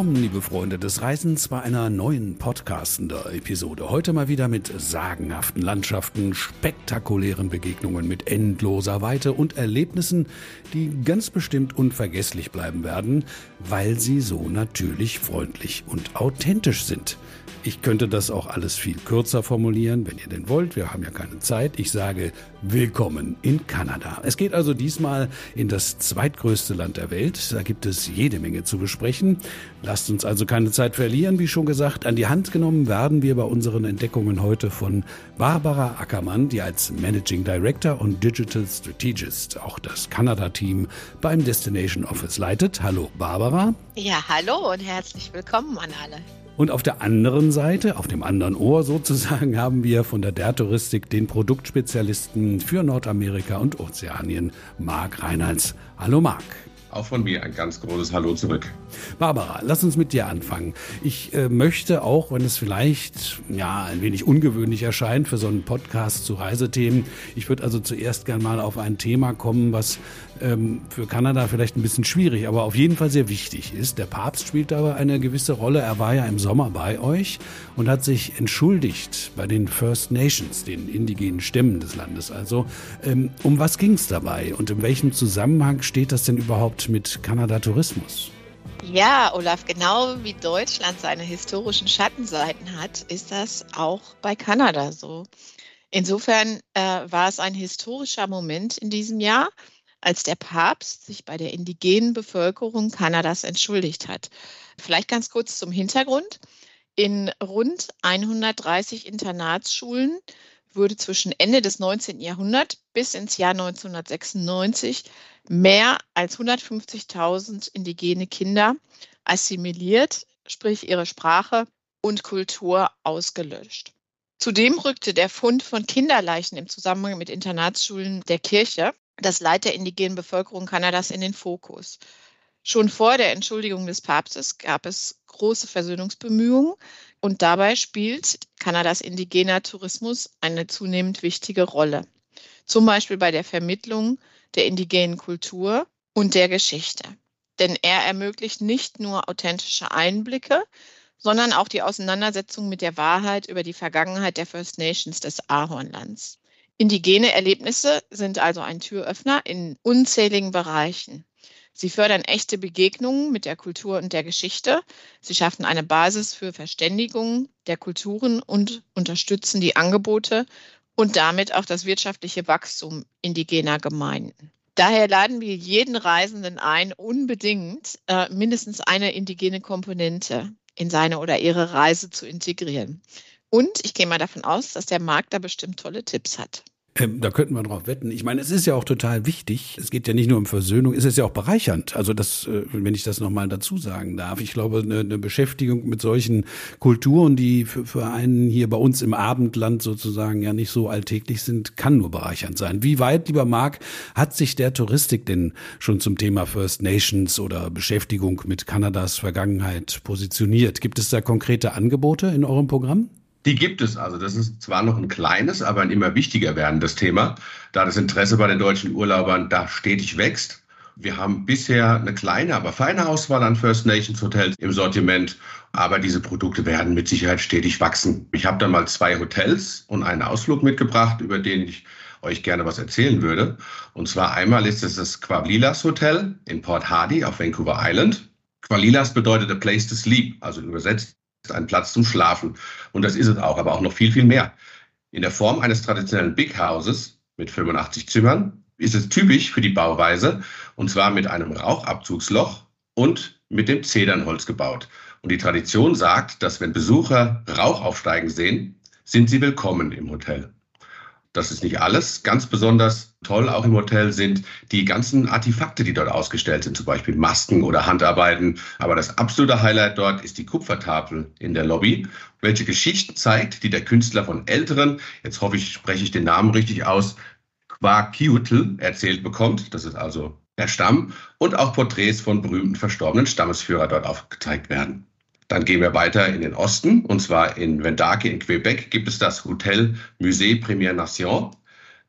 Willkommen, liebe Freunde des Reisens, bei einer neuen Podcastender-Episode. Heute mal wieder mit sagenhaften Landschaften, spektakulären Begegnungen mit endloser Weite und Erlebnissen, die ganz bestimmt unvergesslich bleiben werden, weil sie so natürlich, freundlich und authentisch sind. Ich könnte das auch alles viel kürzer formulieren, wenn ihr denn wollt. Wir haben ja keine Zeit. Ich sage willkommen in Kanada. Es geht also diesmal in das zweitgrößte Land der Welt. Da gibt es jede Menge zu besprechen. Lasst uns also keine Zeit verlieren. Wie schon gesagt, an die Hand genommen werden wir bei unseren Entdeckungen heute von Barbara Ackermann, die als Managing Director und Digital Strategist auch das Kanada-Team beim Destination Office leitet. Hallo Barbara. Ja, hallo und herzlich willkommen an alle. Und auf der anderen Seite, auf dem anderen Ohr sozusagen, haben wir von der Touristik den Produktspezialisten für Nordamerika und Ozeanien, Marc Reinhartz. Hallo Marc. Auch von mir ein ganz großes Hallo zurück. Barbara, lass uns mit dir anfangen. Ich möchte auch, wenn es vielleicht ein wenig ungewöhnlich erscheint für so einen Podcast zu Reisethemen, ich würde also zuerst gern mal auf ein Thema kommen, was für Kanada vielleicht ein bisschen schwierig, aber auf jeden Fall sehr wichtig ist. Der Papst spielt dabei eine gewisse Rolle. Er war ja im Sommer bei euch und hat sich entschuldigt bei den First Nations, den indigenen Stämmen des Landes. Also um was ging es dabei und in welchem Zusammenhang steht das denn überhaupt mit Kanada-Tourismus? Ja, Olaf, genau wie Deutschland seine historischen Schattenseiten hat, ist das auch bei Kanada so. Insofern war es ein historischer Moment in diesem Jahr, als der Papst sich bei der indigenen Bevölkerung Kanadas entschuldigt hat. Vielleicht ganz kurz zum Hintergrund. In rund 130 Internatsschulen wurde zwischen Ende des 19. Jahrhunderts bis ins Jahr 1996 mehr als 150.000 indigene Kinder assimiliert, sprich ihre Sprache und Kultur ausgelöscht. Zudem rückte der Fund von Kinderleichen im Zusammenhang mit Internatsschulen der Kirche das Leid der indigenen Bevölkerung Kanadas in den Fokus. Schon vor der Entschuldigung des Papstes gab es große Versöhnungsbemühungen und dabei spielt Kanadas indigener Tourismus eine zunehmend wichtige Rolle. Zum Beispiel bei der Vermittlung der indigenen Kultur und der Geschichte. Denn er ermöglicht nicht nur authentische Einblicke, sondern auch die Auseinandersetzung mit der Wahrheit über die Vergangenheit der First Nations des Ahornlands. Indigene Erlebnisse sind also ein Türöffner in unzähligen Bereichen. Sie fördern echte Begegnungen mit der Kultur und der Geschichte. Sie schaffen eine Basis für Verständigung der Kulturen und unterstützen die Angebote und damit auch das wirtschaftliche Wachstum indigener Gemeinden. Daher laden wir jeden Reisenden ein, unbedingt mindestens eine indigene Komponente in seine oder ihre Reise zu integrieren. Und ich gehe mal davon aus, dass der Markt da bestimmt tolle Tipps hat. Da könnten wir drauf wetten. Ich meine, es ist ja auch total wichtig. Es geht ja nicht nur um Versöhnung, es ist ja auch bereichernd. Also das, wenn ich das nochmal dazu sagen darf. Ich glaube, eine Beschäftigung mit solchen Kulturen, die für einen hier bei uns im Abendland sozusagen ja nicht so alltäglich sind, kann nur bereichernd sein. Wie weit, lieber Marc, hat sich der Touristik denn schon zum Thema First Nations oder Beschäftigung mit Kanadas Vergangenheit positioniert? Gibt es da konkrete Angebote in eurem Programm? Die gibt es. Also das ist zwar noch ein kleines, aber ein immer wichtiger werdendes Thema, da das Interesse bei den deutschen Urlaubern da stetig wächst. Wir haben bisher eine kleine, aber feine Auswahl an First Nations Hotels im Sortiment, aber diese Produkte werden mit Sicherheit stetig wachsen. Ich habe da mal 2 Hotels und einen Ausflug mitgebracht, über den ich euch gerne was erzählen würde. Und zwar einmal ist es das Qualilas Hotel in Port Hardy auf Vancouver Island. Qualilas bedeutet a place to sleep, also übersetzt ein Platz zum Schlafen. Und das ist es auch, aber auch noch viel, viel mehr. In der Form eines traditionellen Big Houses mit 85 Zimmern ist es typisch für die Bauweise, und zwar mit einem Rauchabzugsloch und mit dem Zedernholz gebaut. Und die Tradition sagt, dass wenn Besucher Rauch aufsteigen sehen, sind sie willkommen im Hotel. Das ist nicht alles. Ganz besonders toll auch im Hotel sind die ganzen Artefakte, die dort ausgestellt sind, zum Beispiel Masken oder Handarbeiten. Aber das absolute Highlight dort ist die Kupfertafel in der Lobby, welche Geschichten zeigt, die der Künstler von älteren, jetzt hoffe ich, spreche ich den Namen richtig aus, Kwakiutl erzählt bekommt. Das ist also der Stamm. Und auch Porträts von berühmten verstorbenen Stammesführern dort aufgezeigt werden. Dann gehen wir weiter in den Osten, und zwar in Wendake in Quebec gibt es das Hotel Musée Première Nation.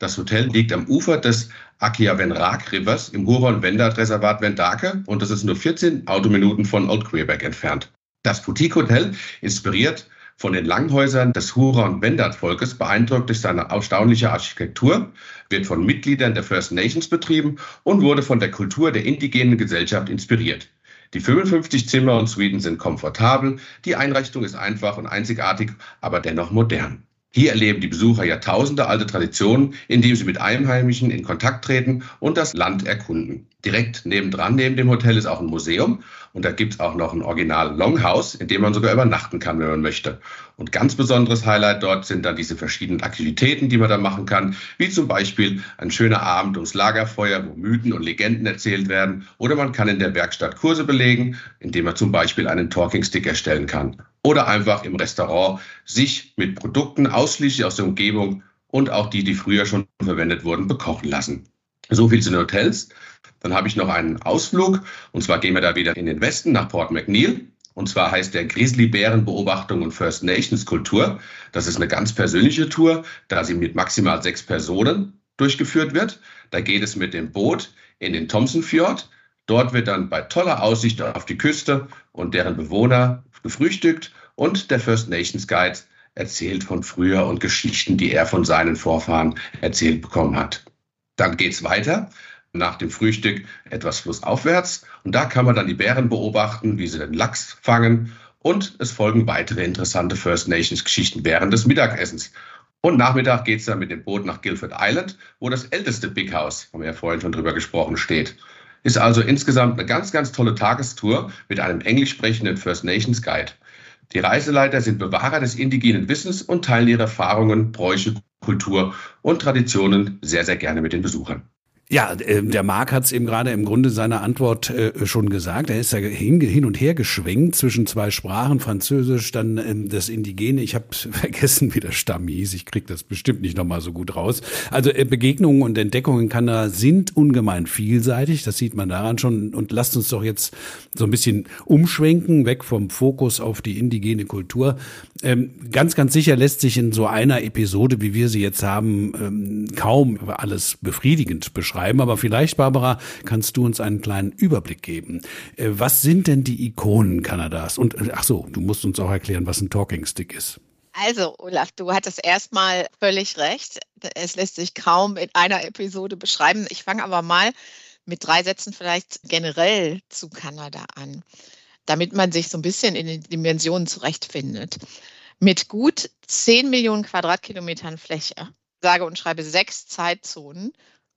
Das Hotel liegt am Ufer des Aquiavenrag Rivers im Huron-Wendat-Reservat Wendake und das ist nur 14 Autominuten von Old Quebec entfernt. Das Boutique-Hotel, inspiriert von den Langhäusern des Huron-Wendat-Volkes, beeindruckt durch seine erstaunliche Architektur, wird von Mitgliedern der First Nations betrieben und wurde von der Kultur der indigenen Gesellschaft inspiriert. Die 55 Zimmer und Suiten sind komfortabel, die Einrichtung ist einfach und einzigartig, aber dennoch modern. Hier erleben die Besucher Jahrtausende alte Traditionen, indem sie mit Einheimischen in Kontakt treten und das Land erkunden. Direkt nebendran, neben dem Hotel, ist auch ein Museum und da gibt es auch noch ein Original Longhouse, in dem man sogar übernachten kann, wenn man möchte. Und ganz besonderes Highlight dort sind dann diese verschiedenen Aktivitäten, die man da machen kann, wie zum Beispiel ein schöner Abend ums Lagerfeuer, wo Mythen und Legenden erzählt werden. Oder man kann in der Werkstatt Kurse belegen, indem man zum Beispiel einen Talking Stick erstellen kann. Oder einfach im Restaurant sich mit Produkten ausschließlich aus der Umgebung und auch die früher schon verwendet wurden, bekochen lassen. So viel zu den Hotels. Dann habe ich noch einen Ausflug und zwar gehen wir da wieder in den Westen nach Port McNeill. Und zwar heißt der Grizzlybärenbeobachtung und First Nations Kultur. Das ist eine ganz persönliche Tour, da sie mit maximal 6 Personen durchgeführt wird. Da geht es mit dem Boot in den Thompson Fjord. Dort wird dann bei toller Aussicht auf die Küste und deren Bewohner gefrühstückt und der First Nations Guide erzählt von früher und Geschichten, die er von seinen Vorfahren erzählt bekommen hat. Dann geht's weiter. Nach dem Frühstück etwas flussaufwärts und da kann man dann die Bären beobachten, wie sie den Lachs fangen und es folgen weitere interessante First Nations Geschichten während des Mittagessens. Und Nachmittag geht's dann mit dem Boot nach Guilford Island, wo das älteste Big House, haben wir ja vorhin schon drüber gesprochen, steht. Ist also insgesamt eine ganz, ganz tolle Tagestour mit einem englisch sprechenden First Nations Guide. Die Reiseleiter sind Bewahrer des indigenen Wissens und teilen ihre Erfahrungen, Bräuche, Kultur und Traditionen sehr, sehr gerne mit den Besuchern. Ja, der Marc hat es eben gerade im Grunde seiner Antwort schon gesagt. Er ist ja hin und her geschwenkt zwischen 2 Sprachen, Französisch, dann das Indigene. Ich habe vergessen, wie der Stamm hieß. Ich krieg das bestimmt nicht nochmal so gut raus. Also Begegnungen und Entdeckungen in Kanada sind ungemein vielseitig. Das sieht man daran schon. Und lasst uns doch jetzt so ein bisschen umschwenken, weg vom Fokus auf die indigene Kultur. Ganz, ganz sicher lässt sich in so einer Episode, wie wir sie jetzt haben, kaum alles befriedigend beschreiben. Aber vielleicht, Barbara, kannst du uns einen kleinen Überblick geben. Was sind denn die Ikonen Kanadas? Und ach so, du musst uns auch erklären, was ein Talking Stick ist. Also, Olaf, du hattest erstmal völlig recht. Es lässt sich kaum in einer Episode beschreiben. Ich fange aber mal mit 3 Sätzen vielleicht generell zu Kanada an, damit man sich so ein bisschen in den Dimensionen zurechtfindet. Mit gut 10 Millionen Quadratkilometern Fläche, sage und schreibe 6 Zeitzonen,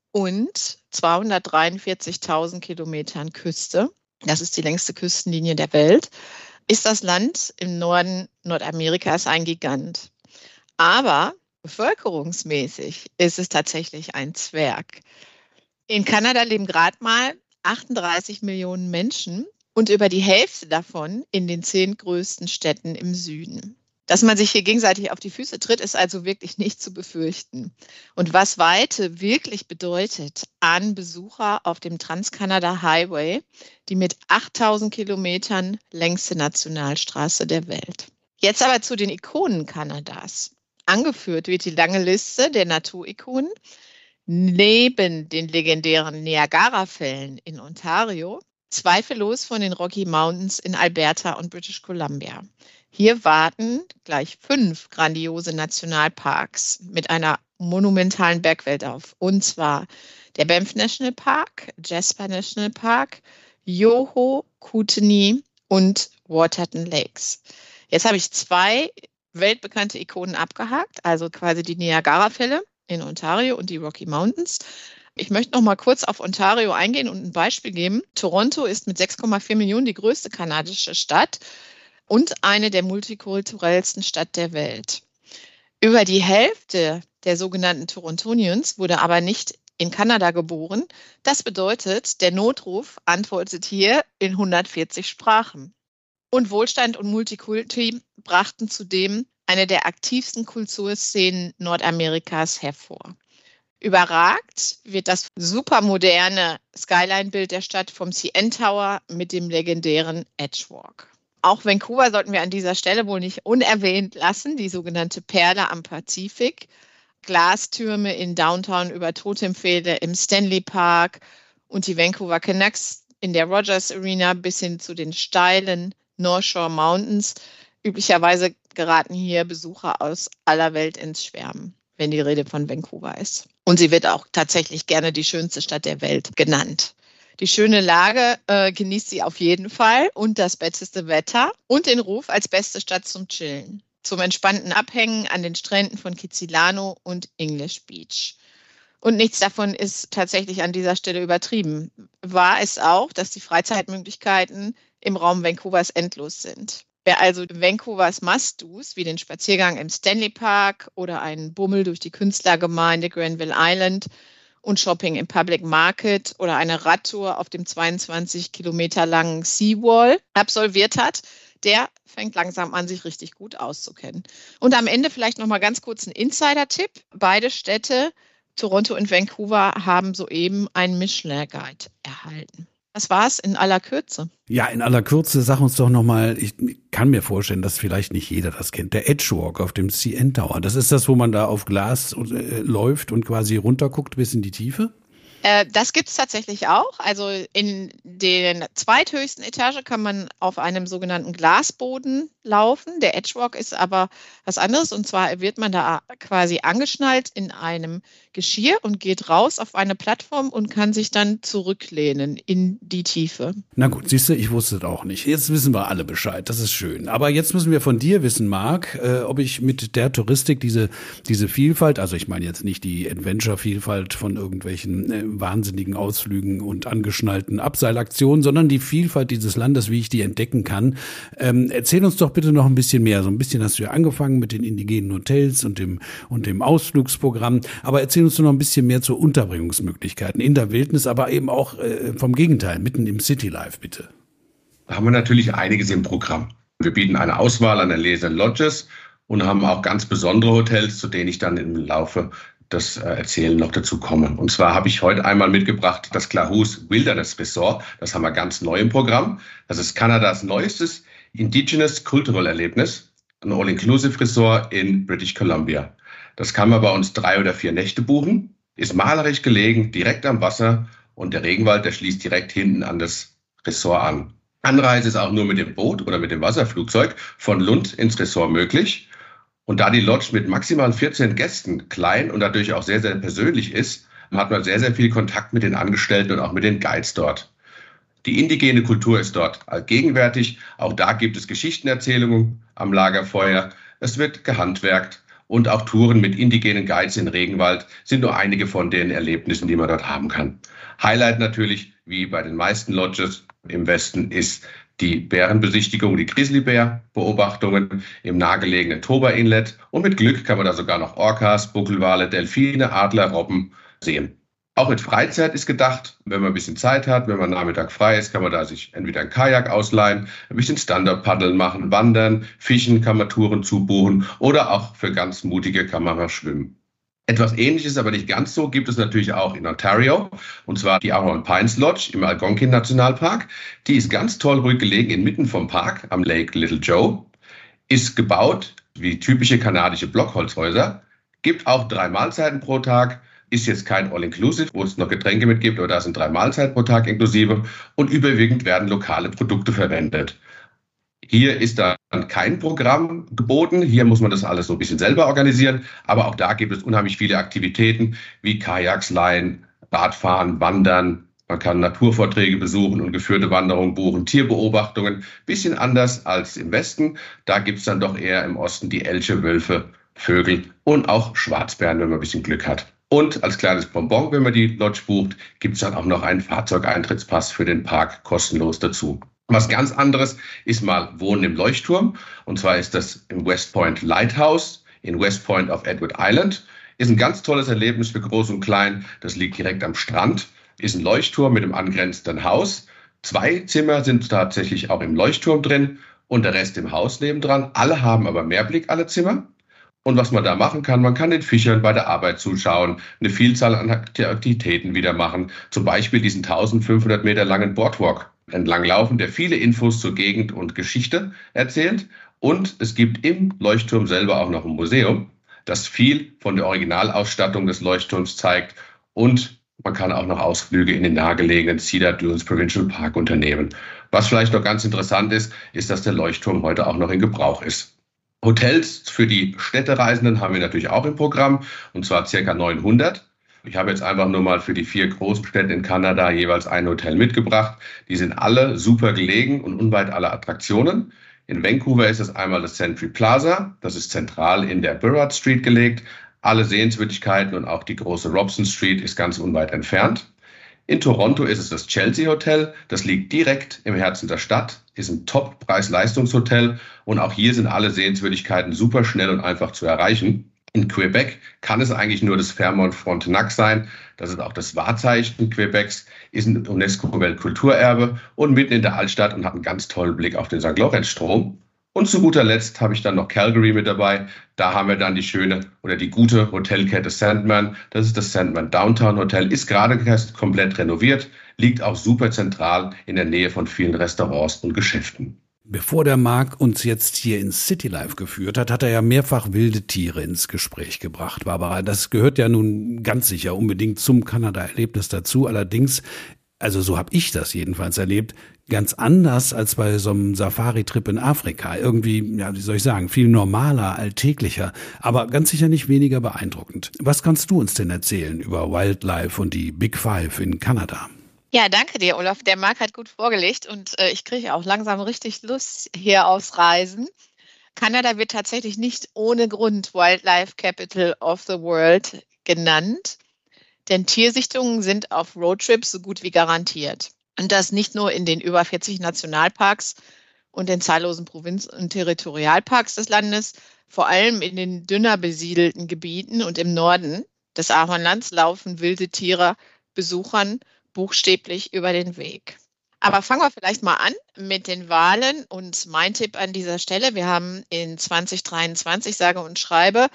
und 243.000 Kilometern Küste, das ist die längste Küstenlinie der Welt, ist das Land im Norden Nordamerikas ein Gigant. Aber bevölkerungsmäßig ist es tatsächlich ein Zwerg. In Kanada leben gerade mal 38 Millionen Menschen und über die Hälfte davon in den 10 größten Städten im Süden. Dass man sich hier gegenseitig auf die Füße tritt, ist also wirklich nicht zu befürchten. Und was Weite wirklich bedeutet an Besucher auf dem Trans-Canada Highway, die mit 8.000 Kilometern längste Nationalstraße der Welt. Jetzt aber zu den Ikonen Kanadas. Angeführt wird die lange Liste der Naturikonen. Neben den legendären Niagara-Fällen in Ontario, zweifellos von den Rocky Mountains in Alberta und British Columbia. Hier warten gleich 5 grandiose Nationalparks mit einer monumentalen Bergwelt auf. Und zwar der Banff National Park, Jasper National Park, Yoho, Kootenay und Waterton Lakes. Jetzt habe ich 2 weltbekannte Ikonen abgehakt, also quasi die Niagara-Fälle in Ontario und die Rocky Mountains. Ich möchte noch mal kurz auf Ontario eingehen und ein Beispiel geben. Toronto ist mit 6,4 Millionen die größte kanadische Stadt und eine der multikulturellsten Städte der Welt. Über die Hälfte der sogenannten Torontonians wurde aber nicht in Kanada geboren. Das bedeutet, der Notruf antwortet hier in 140 Sprachen. Und Wohlstand und Multikulti brachten zudem eine der aktivsten Kulturszenen Nordamerikas hervor. Überragt wird das supermoderne Skyline-Bild der Stadt vom CN Tower mit dem legendären Edgewalk. Auch Vancouver sollten wir an dieser Stelle wohl nicht unerwähnt lassen, die sogenannte Perle am Pazifik. Glastürme in Downtown über Totempfähle im Stanley Park und die Vancouver Canucks in der Rogers Arena bis hin zu den steilen North Shore Mountains. Üblicherweise geraten hier Besucher aus aller Welt ins Schwärmen, wenn die Rede von Vancouver ist. Und sie wird auch tatsächlich gerne die schönste Stadt der Welt genannt. Die schöne Lage genießt sie auf jeden Fall und das beste Wetter und den Ruf als beste Stadt zum Chillen, zum entspannten Abhängen an den Stränden von Kitsilano und English Beach. Und nichts davon ist tatsächlich an dieser Stelle übertrieben. Wahr ist auch, dass die Freizeitmöglichkeiten im Raum Vancouvers endlos sind. Wer also Vancouvers Must-Dos wie den Spaziergang im Stanley Park oder einen Bummel durch die Künstlergemeinde Granville Island und Shopping im Public Market oder eine Radtour auf dem 22 Kilometer langen Seawall absolviert hat, der fängt langsam an, sich richtig gut auszukennen. Und am Ende vielleicht noch mal ganz kurz ein Insider-Tipp. Beide Städte, Toronto und Vancouver, haben soeben einen Michelin-Guide erhalten. Das war's in aller Kürze. Ja, in aller Kürze, sag uns doch nochmal, ich kann mir vorstellen, dass vielleicht nicht jeder das kennt. Der Edgewalk auf dem CN Tower, das ist das, wo man da auf Glas läuft und quasi runterguckt bis in die Tiefe? Das gibt es tatsächlich auch. Also in der zweithöchsten Etage kann man auf einem sogenannten Glasboden laufen. Der Edgewalk ist aber was anderes. Und zwar wird man da quasi angeschnallt in einem Geschirr und geht raus auf eine Plattform und kann sich dann zurücklehnen in die Tiefe. Na gut, siehst du, ich wusste es auch nicht. Jetzt wissen wir alle Bescheid, das ist schön. Aber jetzt müssen wir von dir wissen, Marc, ob ich mit der Touristik diese Vielfalt, also ich meine jetzt nicht die Adventure-Vielfalt von irgendwelchen wahnsinnigen Ausflügen und angeschnallten Abseilaktionen, sondern die Vielfalt dieses Landes, wie ich die entdecken kann. Erzähl uns doch bitte noch ein bisschen mehr. So ein bisschen hast du ja angefangen mit den indigenen Hotels und dem Ausflugsprogramm. Aber erzähl uns doch noch ein bisschen mehr zu Unterbringungsmöglichkeiten in der Wildnis, aber eben auch vom Gegenteil, mitten im Citylife, bitte. Da haben wir natürlich einiges im Programm. Wir bieten eine Auswahl an erlesenen Lodges und haben auch ganz besondere Hotels, zu denen ich dann im Laufe das Erzählen noch dazu komme. Und zwar habe ich heute einmal mitgebracht das Clahous Wilderness Resort. Das haben wir ganz neu im Programm. Das ist Kanadas neuestes Indigenous Cultural Erlebnis, ein All-Inclusive Resort in British Columbia. Das kann man bei uns 3 oder 4 Nächte buchen, ist malerisch gelegen, direkt am Wasser und der Regenwald, der schließt direkt hinten an das Resort an. Anreise ist auch nur mit dem Boot oder mit dem Wasserflugzeug von Lund ins Resort möglich. Und da die Lodge mit maximal 14 Gästen klein und dadurch auch sehr, sehr persönlich ist, hat man sehr, sehr viel Kontakt mit den Angestellten und auch mit den Guides dort. Die indigene Kultur ist dort allgegenwärtig. Auch da gibt es Geschichtenerzählungen am Lagerfeuer. Es wird gehandwerkt und auch Touren mit indigenen Guides in Regenwald sind nur einige von den Erlebnissen, die man dort haben kann. Highlight natürlich, wie bei den meisten Lodges im Westen, ist die Bärenbesichtigung, die Grizzlybär-Beobachtungen im nahegelegenen Toba Inlet. Und mit Glück kann man da sogar noch Orcas, Buckelwale, Delfine, Adler, Robben sehen. Auch mit Freizeit ist gedacht. Wenn man ein bisschen Zeit hat, wenn man Nachmittag frei ist, kann man da sich entweder ein Kajak ausleihen, ein bisschen Stand-up-Paddeln machen, wandern, fischen, kann man Touren zubuchen oder auch für ganz Mutige kann man mal schwimmen. Etwas Ähnliches, aber nicht ganz so, gibt es natürlich auch in Ontario, und zwar die Ahorn Pines Lodge im Algonquin Nationalpark. Die ist ganz toll ruhig gelegen inmitten vom Park am Lake Little Joe, ist gebaut wie typische kanadische Blockholzhäuser, gibt auch 3 Mahlzeiten pro Tag, ist jetzt kein All-Inclusive, wo es noch Getränke mit gibt, aber da sind 3 Mahlzeiten pro Tag inklusive und überwiegend werden lokale Produkte verwendet. Hier ist dann kein Programm geboten. Hier muss man das alles so ein bisschen selber organisieren. Aber auch da gibt es unheimlich viele Aktivitäten wie Kajaks leihen, Radfahren, Wandern. Man kann Naturvorträge besuchen und geführte Wanderungen buchen, Tierbeobachtungen. Bisschen anders als im Westen. Da gibt es dann doch eher im Osten die Elche, Wölfe, Vögel und auch Schwarzbären, wenn man ein bisschen Glück hat. Und als kleines Bonbon, wenn man die Lodge bucht, gibt es dann auch noch einen Fahrzeugeintrittspass für den Park kostenlos dazu. Was ganz anderes ist mal Wohnen im Leuchtturm. Und zwar ist das im West Point Lighthouse in West Point auf Edward Island. Ist ein ganz tolles Erlebnis für Groß und Klein. Das liegt direkt am Strand. Ist ein Leuchtturm mit einem angrenzenden Haus. 2 Zimmer sind tatsächlich auch im Leuchtturm drin und der Rest im Haus nebendran. Alle haben aber Mehrblick, alle Zimmer. Und was man da machen kann, man kann den Fischern bei der Arbeit zuschauen, eine Vielzahl an Aktivitäten wieder machen. Zum Beispiel diesen 1500 Meter langen Boardwalk entlanglaufen, der viele Infos zur Gegend und Geschichte erzählt. Und es gibt im Leuchtturm selber auch noch ein Museum. das viel von der Originalausstattung des Leuchtturms zeigt, und man kann auch noch Ausflüge in den nahegelegenen Cedar Dunes Provincial Park unternehmen. Was vielleicht noch ganz interessant ist, dass der Leuchtturm heute auch noch in Gebrauch ist. Hotels für die Städtereisenden haben wir natürlich auch im Programm, und zwar ca. 900. Ich habe jetzt einfach nur mal für die 4 großen Städte in Kanada jeweils ein Hotel mitgebracht. Die sind alle super gelegen und unweit aller Attraktionen. In Vancouver ist es einmal das Century Plaza. Das ist zentral in der Burrard Street gelegt. Alle Sehenswürdigkeiten und auch die große Robson Street ist ganz unweit entfernt. In Toronto ist es das Chelsea Hotel. Das liegt direkt im Herzen der Stadt, ist ein Top-Preis-Leistungshotel, und auch hier sind alle Sehenswürdigkeiten super schnell und einfach zu erreichen. In Quebec kann es eigentlich nur das Fairmont Frontenac sein. Das ist auch das Wahrzeichen Quebecs, ist ein UNESCO-Weltkulturerbe und mitten in der Altstadt und hat einen ganz tollen Blick auf den St. Lawrence-Strom. Und zu guter Letzt habe ich dann noch Calgary mit dabei. Da haben wir dann die schöne oder die gute Hotelkette Sandman. Das ist das Sandman Downtown Hotel, ist gerade erst komplett renoviert, liegt auch super zentral in der Nähe von vielen Restaurants und Geschäften. Bevor der Marc uns jetzt hier ins City Life geführt hat, hat er ja mehrfach wilde Tiere ins Gespräch gebracht, Barbara. Das gehört ja nun ganz sicher unbedingt zum Kanada-Erlebnis dazu. Allerdings, also so habe ich das jedenfalls erlebt, ganz anders als bei so einem Safari-Trip in Afrika. Irgendwie, ja, wie soll ich sagen, viel normaler, alltäglicher, aber ganz sicher nicht weniger beeindruckend. Was kannst du uns denn erzählen über Wildlife und die Big Five in Kanada? Ja, danke dir, Olaf. Der Marc hat gut vorgelegt und ich kriege auch langsam richtig Lust hier aufs Reisen. Kanada wird tatsächlich nicht ohne Grund Wildlife Capital of the World genannt, denn Tiersichtungen sind auf Roadtrips so gut wie garantiert. Und das nicht nur in den über 40 Nationalparks und den zahllosen Provinz- und Territorialparks des Landes, vor allem in den dünner besiedelten Gebieten und im Norden des Ahornlands laufen wilde Tiere Besuchern buchstäblich über den Weg. Aber fangen wir vielleicht mal an mit den Walen, und mein Tipp an dieser Stelle: Wir haben in 2023, sage und schreibe,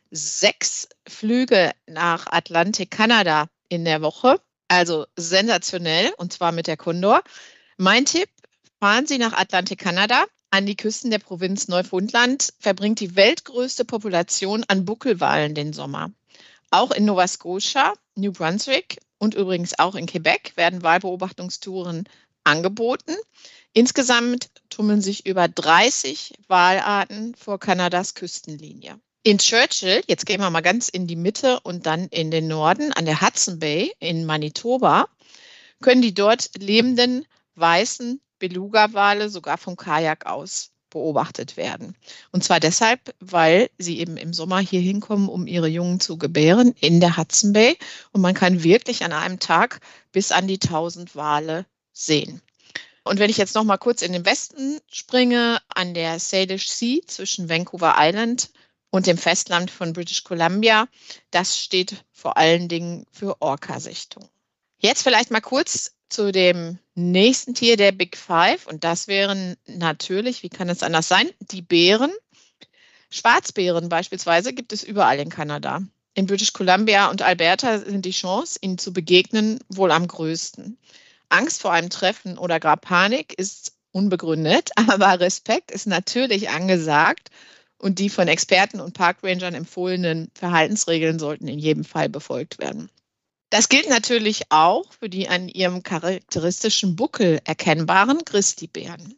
6 Flüge nach Atlantik, Kanada in der Woche. Also sensationell, und zwar mit der Condor. Mein Tipp: Fahren Sie nach Atlantik, Kanada, an die Küsten der Provinz Neufundland, verbringt die weltgrößte Population an Buckelwalen den Sommer. Auch in Nova Scotia, New Brunswick und übrigens auch in Quebec werden Walbeobachtungstouren angeboten. Insgesamt tummeln sich über 30 Walarten vor Kanadas Küstenlinie. In Churchill, jetzt gehen wir mal ganz in die Mitte und dann in den Norden, an der Hudson Bay in Manitoba, können die dort lebenden weißen Beluga-Wale sogar vom Kajak aus beobachtet werden. Und zwar deshalb, weil sie eben im Sommer hier hinkommen, um ihre Jungen zu gebären in der Hudson Bay. Und man kann wirklich an einem Tag bis an die 1000 Wale sehen. Und wenn ich jetzt noch mal kurz in den Westen springe, an der Salish Sea zwischen Vancouver Island und dem Festland von British Columbia, das steht vor allen Dingen für Orca-Sichtung. Jetzt vielleicht mal kurz zu dem nächsten Tier der Big Five, und das wären natürlich, wie kann es anders sein, die Bären. Schwarzbären beispielsweise gibt es überall in Kanada. In British Columbia und Alberta sind die Chancen, ihnen zu begegnen, wohl am größten. Angst vor einem Treffen oder gar Panik ist unbegründet, aber Respekt ist natürlich angesagt, und die von Experten und Parkrangern empfohlenen Verhaltensregeln sollten in jedem Fall befolgt werden. Das gilt natürlich auch für die an ihrem charakteristischen Buckel erkennbaren Grizzlybären.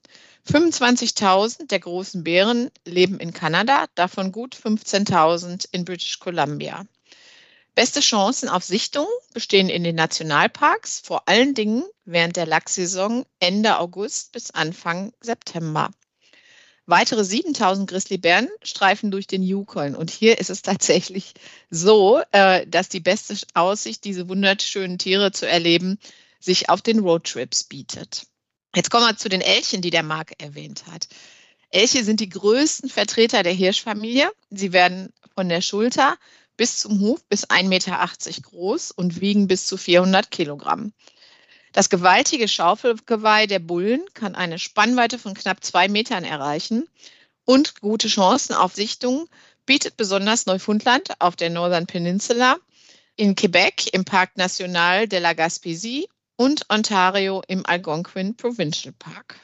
25.000 der großen Bären leben in Kanada, davon gut 15.000 in British Columbia. Beste Chancen auf Sichtung bestehen in den Nationalparks, vor allen Dingen während der Lachssaison Ende August bis Anfang September. Weitere 7.000 Grizzlybären streifen durch den Yukon. Und hier ist es tatsächlich so, dass die beste Aussicht, diese wunderschönen Tiere zu erleben, sich auf den Roadtrips bietet. Jetzt kommen wir zu den Elchen, die der Marc erwähnt hat. Elche sind die größten Vertreter der Hirschfamilie. Sie werden von der Schulter bis zum Huf bis 1,80 Meter groß und wiegen bis zu 400 Kilogramm. Das gewaltige Schaufelgeweih der Bullen kann eine Spannweite von knapp 2 Metern erreichen, und gute Chancen auf Sichtung bietet besonders Neufundland auf der Northern Peninsula, in Quebec im Parc National de la Gaspésie und Ontario im Algonquin Provincial Park.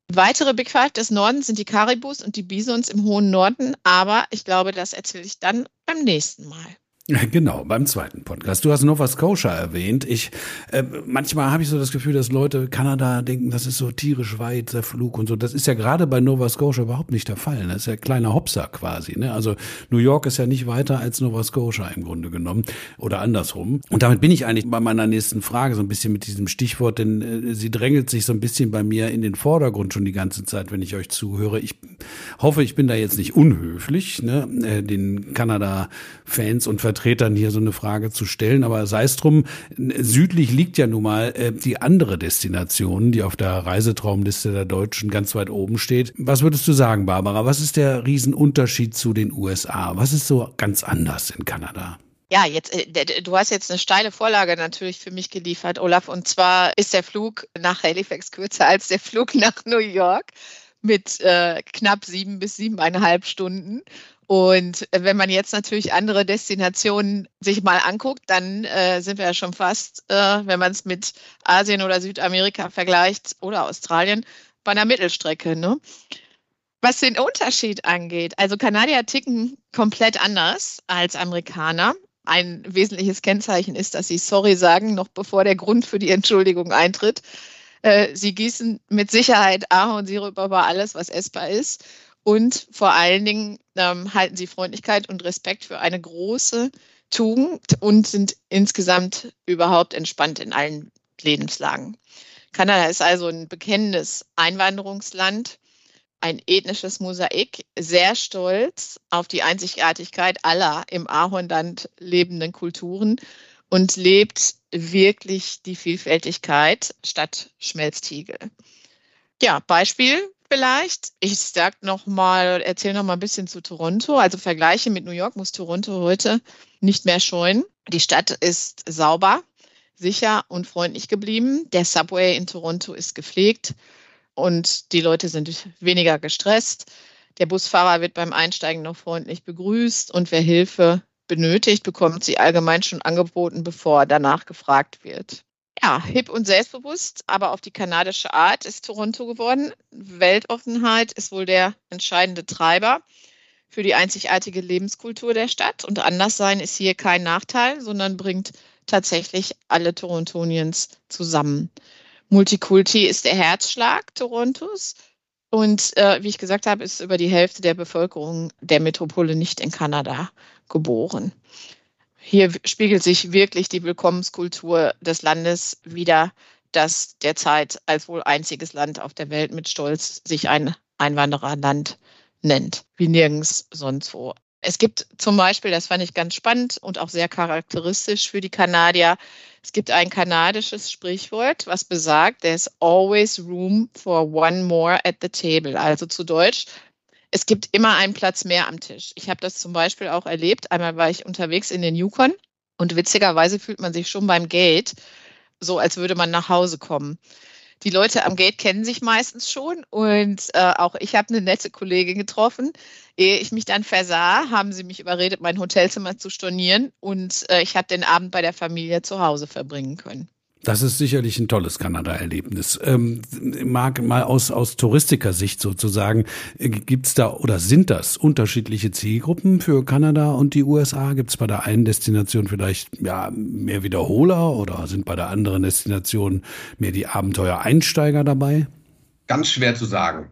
Weitere Big Five des Nordens sind die Karibus und die Bisons im hohen Norden, aber ich glaube, das erzähle ich dann beim nächsten Mal. Genau, beim zweiten Podcast. Du hast Nova Scotia erwähnt. Manchmal habe ich so das Gefühl, dass Leute Kanada denken, das ist so tierisch weit, der Flug und so. Das ist ja gerade bei Nova Scotia überhaupt nicht der Fall. Das ist ja ein kleiner Hopser quasi, ne? Also New York ist ja nicht weiter als Nova Scotia im Grunde genommen oder andersrum. Und damit bin ich eigentlich bei meiner nächsten Frage so ein bisschen mit diesem Stichwort, denn sie drängelt sich so ein bisschen bei mir in den Vordergrund schon die ganze Zeit, wenn ich euch zuhöre. Ich hoffe, ich bin da jetzt nicht unhöflich, ne? Den Kanada-Fans und Vertretern hier so eine Frage zu stellen, aber sei es drum, südlich liegt ja nun mal die andere Destination, die auf der Reisetraumliste der Deutschen ganz weit oben steht. Was würdest du sagen, Barbara? Was ist der Riesenunterschied zu den USA? Was ist so ganz anders in Kanada? Ja, du hast jetzt eine steile Vorlage natürlich für mich geliefert, Olaf. Und zwar ist der Flug nach Halifax kürzer als der Flug nach New York mit knapp 7 bis 7,5 Stunden. Und wenn man jetzt natürlich andere Destinationen sich mal anguckt, dann sind wir ja schon fast, wenn man es mit Asien oder Südamerika vergleicht oder Australien, bei einer Mittelstrecke, ne? Was den Unterschied angeht, also Kanadier ticken komplett anders als Amerikaner. Ein wesentliches Kennzeichen ist, dass sie sorry sagen, noch bevor der Grund für die Entschuldigung eintritt. Sie gießen mit Sicherheit Ahornsirup über alles, was essbar ist. Und vor allen Dingen halten sie Freundlichkeit und Respekt für eine große Tugend und sind insgesamt überhaupt entspannt in allen Lebenslagen. Kanada ist also ein bekennendes Einwanderungsland, ein ethnisches Mosaik, sehr stolz auf die Einzigartigkeit aller im Ahornland lebenden Kulturen und lebt wirklich die Vielfältigkeit statt Schmelztiegel. Ja, Beispiel vielleicht. Ich erzähle noch mal ein bisschen zu Toronto. Also Vergleiche mit New York muss Toronto heute nicht mehr scheuen. Die Stadt ist sauber, sicher und freundlich geblieben. Der Subway in Toronto ist gepflegt und die Leute sind weniger gestresst. Der Busfahrer wird beim Einsteigen noch freundlich begrüßt und wer Hilfe benötigt, bekommt sie allgemein schon angeboten, bevor danach gefragt wird. Ja, hip und selbstbewusst, aber auf die kanadische Art ist Toronto geworden. Weltoffenheit ist wohl der entscheidende Treiber für die einzigartige Lebenskultur der Stadt. Und Anderssein ist hier kein Nachteil, sondern bringt tatsächlich alle Torontoniens zusammen. Multikulti ist der Herzschlag Torontos. Und wie ich gesagt habe, ist über die Hälfte der Bevölkerung der Metropole nicht in Kanada geboren. Hier spiegelt sich wirklich die Willkommenskultur des Landes wider, das derzeit als wohl einziges Land auf der Welt mit Stolz sich ein Einwandererland nennt, wie nirgends sonst wo. Es gibt zum Beispiel, das fand ich ganz spannend und auch sehr charakteristisch für die Kanadier, es gibt ein kanadisches Sprichwort, was besagt, there's always room for one more at the table. Also zu Deutsch, es gibt immer einen Platz mehr am Tisch. Ich habe das zum Beispiel auch erlebt. Einmal war ich unterwegs in den Yukon und witzigerweise fühlt man sich schon beim Gate so, als würde man nach Hause kommen. Die Leute am Gate kennen sich meistens schon und auch ich habe eine nette Kollegin getroffen. Ehe ich mich dann versah, haben sie mich überredet, mein Hotelzimmer zu stornieren und ich habe den Abend bei der Familie zu Hause verbringen können. Das ist sicherlich ein tolles Kanada-Erlebnis. Marc, mal aus Touristikersicht sozusagen, gibt's da oder sind das unterschiedliche Zielgruppen für Kanada und die USA? Gibt's bei der einen Destination vielleicht mehr Wiederholer oder sind bei der anderen Destination mehr die Abenteuer-Einsteiger dabei? Ganz schwer zu sagen.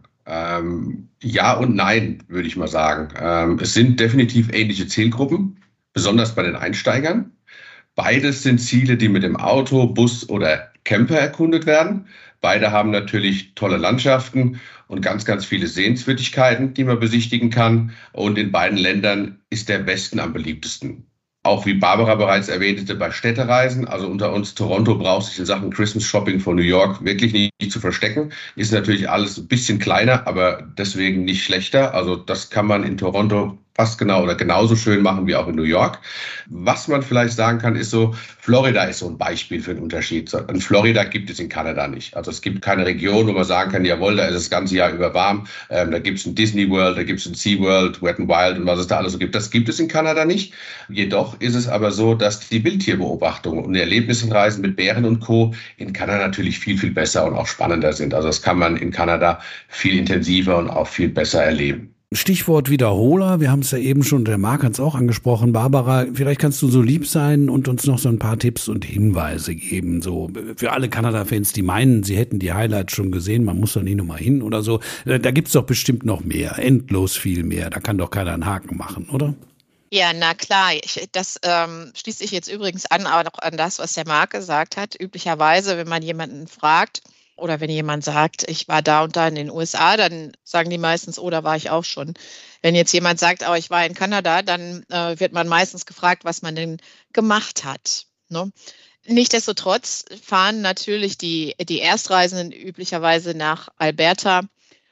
Ja und nein, würde ich mal sagen. Es sind definitiv ähnliche Zielgruppen, besonders bei den Einsteigern. Beides sind Ziele, die mit dem Auto, Bus oder Camper erkundet werden. Beide haben natürlich tolle Landschaften und ganz, ganz viele Sehenswürdigkeiten, die man besichtigen kann. Und in beiden Ländern ist der Westen am beliebtesten. Auch wie Barbara bereits erwähnte, bei Städtereisen, also unter uns, Toronto braucht sich in Sachen Christmas Shopping von New York wirklich nicht zu verstecken. Ist natürlich alles ein bisschen kleiner, aber deswegen nicht schlechter. Also das kann man in Toronto fast genau oder genauso schön machen wie auch in New York. Was man vielleicht sagen kann, ist so, Florida ist so ein Beispiel für einen Unterschied. In Florida gibt es in Kanada nicht. Also es gibt keine Region, wo man sagen kann, jawohl, da ist es das ganze Jahr über warm. Da gibt es ein Disney World, da gibt es ein Sea World, Wet n Wild und was es da alles so gibt. Das gibt es in Kanada nicht. Jedoch ist es aber so, dass die Wildtierbeobachtung und die Erlebnisreisen mit Bären und Co. in Kanada natürlich viel, viel besser und auch spannender sind. Also das kann man in Kanada viel intensiver und auch viel besser erleben. Stichwort Wiederholer, wir haben es ja eben schon, der Marc hat es auch angesprochen. Barbara, vielleicht kannst du so lieb sein und uns noch so ein paar Tipps und Hinweise geben, so für alle Kanada-Fans, die meinen, sie hätten die Highlights schon gesehen, man muss da nicht nochmal hin oder so. Da gibt's doch bestimmt noch mehr, endlos viel mehr, da kann doch keiner einen Haken machen, oder? Ja, na klar, das schließt sich jetzt übrigens an, aber auch an das, was der Marc gesagt hat. Üblicherweise, wenn man jemanden fragt, oder wenn jemand sagt, ich war da und da in den USA, dann sagen die meistens, oh, da war ich auch schon. Wenn jetzt jemand sagt, oh, ich war in Kanada, dann wird man meistens gefragt, was man denn gemacht hat. Ne? Nichtsdestotrotz fahren natürlich die Erstreisenden üblicherweise nach Alberta,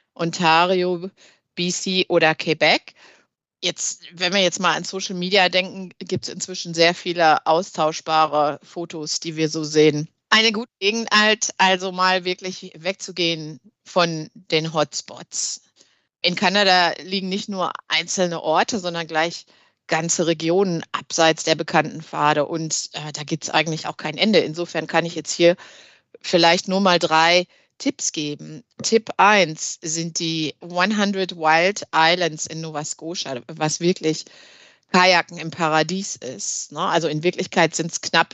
Ontario, BC oder Quebec. Jetzt, wenn wir jetzt mal an Social Media denken, gibt es inzwischen sehr viele austauschbare Fotos, die wir so sehen. Eine gute Gelegenheit, also mal wirklich wegzugehen von den Hotspots. In Kanada liegen nicht nur einzelne Orte, sondern gleich ganze Regionen abseits der bekannten Pfade. Und da gibt es eigentlich auch kein Ende. Insofern kann ich jetzt hier vielleicht nur mal 3 Tipps geben. Tipp 1 sind die 100 Wild Islands in Nova Scotia, was wirklich Kajaken im Paradies ist. Ne? Also in Wirklichkeit sind es knapp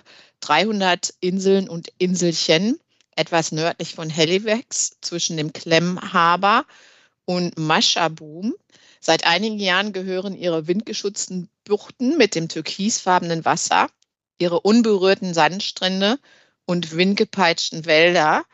300 Inseln und Inselchen, etwas nördlich von Halifax, zwischen dem Clem Harbour und Mashaboom. Seit einigen Jahren gehören ihre windgeschützten Buchten mit dem türkisfarbenen Wasser, ihre unberührten Sandstrände und windgepeitschten Wälder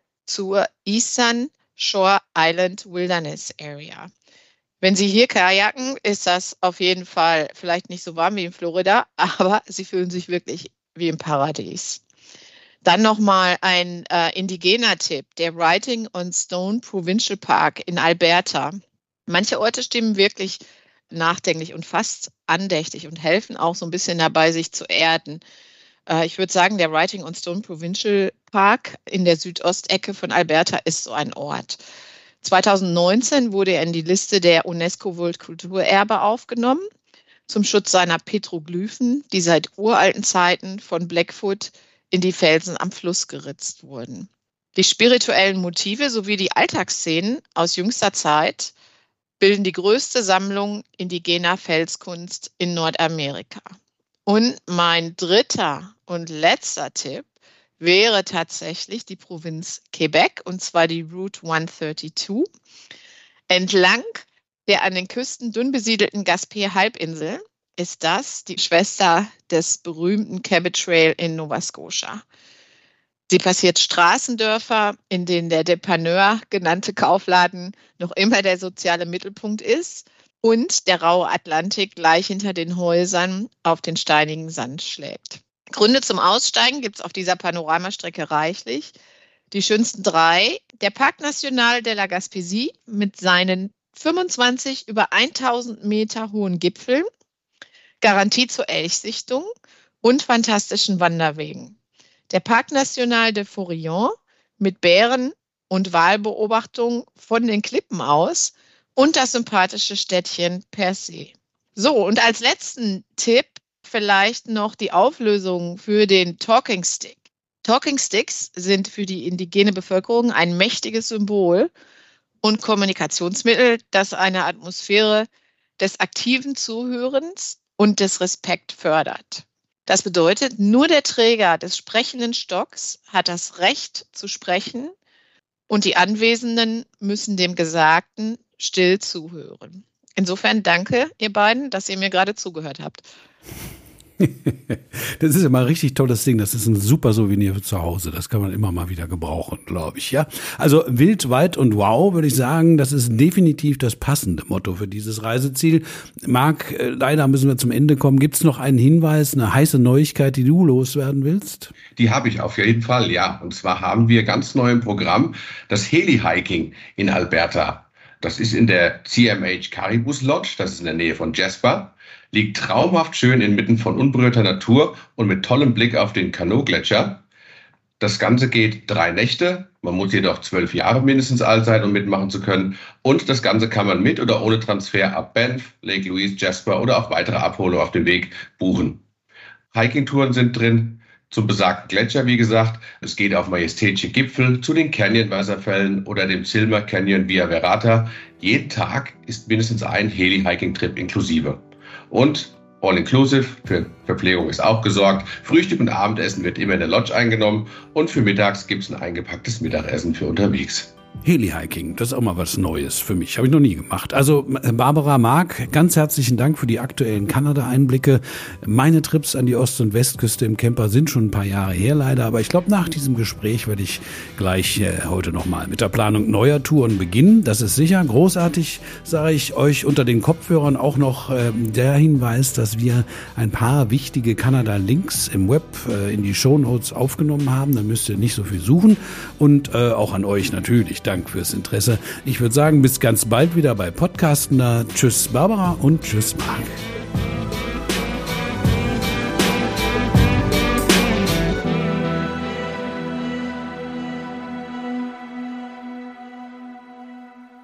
zur Eastern Shore Island Wilderness Area. Wenn Sie hier kajaken, ist das auf jeden Fall vielleicht nicht so warm wie in Florida, aber Sie fühlen sich wirklich wie im Paradies. Dann nochmal ein indigener Tipp, der Writing on Stone Provincial Park in Alberta. Manche Orte stimmen wirklich nachdenklich und fast andächtig und helfen auch so ein bisschen dabei, sich zu erden. Ich würde sagen, der Writing on Stone Provincial Park in der Südostecke von Alberta ist so ein Ort. 2019 wurde er in die Liste der UNESCO-Weltkulturerbe aufgenommen, zum Schutz seiner Petroglyphen, die seit uralten Zeiten von Blackfoot in die Felsen am Fluss geritzt wurden. Die spirituellen Motive sowie die Alltagsszenen aus jüngster Zeit bilden die größte Sammlung indigener Felskunst in Nordamerika. Und mein 3. und letzter Tipp wäre tatsächlich die Provinz Quebec, und zwar die Route 132, entlang der an den Küsten dünn besiedelten Gaspé-Halbinsel ist das die Schwester des berühmten Cabot Trail in Nova Scotia. Sie passiert Straßendörfer, in denen der Dépanneur genannte Kaufladen noch immer der soziale Mittelpunkt ist und der raue Atlantik gleich hinter den Häusern auf den steinigen Sand schlägt. Gründe zum Aussteigen gibt es auf dieser Panoramastrecke reichlich. Die schönsten 3, der Parc National de la Gaspésie mit seinen 25 über 1000 Meter hohen Gipfeln, Garantie zur Elchsichtung und fantastischen Wanderwegen. Der Parc National de Forillon mit Bären- und Walbeobachtung von den Klippen aus und das sympathische Städtchen Percé. So, und als letzten Tipp vielleicht noch die Auflösung für den Talking Stick. Talking Sticks sind für die indigene Bevölkerung ein mächtiges Symbol und Kommunikationsmittel, das eine Atmosphäre des aktiven Zuhörens und des Respekts fördert. Das bedeutet, nur der Träger des sprechenden Stocks hat das Recht zu sprechen und die Anwesenden müssen dem Gesagten still zuhören. Insofern danke, ihr beiden, dass ihr mir gerade zugehört habt. Das ist immer ein richtig tolles Ding. Das ist ein super Souvenir für zu Hause. Das kann man immer mal wieder gebrauchen, glaube ich. Ja, also wild, weit und wow, würde ich sagen, das ist definitiv das passende Motto für dieses Reiseziel. Marc, leider müssen wir zum Ende kommen. Gibt es noch einen Hinweis, eine heiße Neuigkeit, die du loswerden willst? Die habe ich auf jeden Fall, ja. Und zwar haben wir ganz neu im Programm das Heli-Hiking in Alberta. Das ist in der CMH Caribous Lodge, das ist in der Nähe von Jasper, liegt traumhaft schön inmitten von unberührter Natur und mit tollem Blick auf den Canoe-Gletscher. Das Ganze geht 3 Nächte, man muss jedoch 12 Jahre mindestens alt sein, um mitmachen zu können. Und das Ganze kann man mit oder ohne Transfer ab Banff, Lake Louise, Jasper oder auch weitere Abholungen auf dem Weg buchen. Hiking-Touren sind drin, zum besagten Gletscher, wie gesagt. Es geht auf majestätische Gipfel, zu den Canyon-Wasserfällen oder dem Silver Canyon Via Ferrata. Jeden Tag ist mindestens ein Heli-Hiking-Trip inklusive. Und all-inclusive, für Verpflegung ist auch gesorgt. Frühstück und Abendessen wird immer in der Lodge eingenommen und für mittags gibt es ein eingepacktes Mittagessen für unterwegs. Heli-Hiking, das ist auch mal was Neues für mich. Habe ich noch nie gemacht. Also Barbara, Marc, ganz herzlichen Dank für die aktuellen Kanada-Einblicke. Meine Trips an die Ost- und Westküste im Camper sind schon ein paar Jahre her leider. Aber ich glaube, nach diesem Gespräch werde ich gleich heute nochmal mit der Planung neuer Touren beginnen. Das ist sicher großartig, sage ich euch unter den Kopfhörern auch noch der Hinweis, dass wir ein paar wichtige Kanada-Links im Web in die Shownotes aufgenommen haben. Da müsst ihr nicht so viel suchen. Und auch an euch natürlich. Dank fürs Interesse. Ich würde sagen, bis ganz bald wieder bei Podcastender. Tschüss Barbara und tschüss Marc.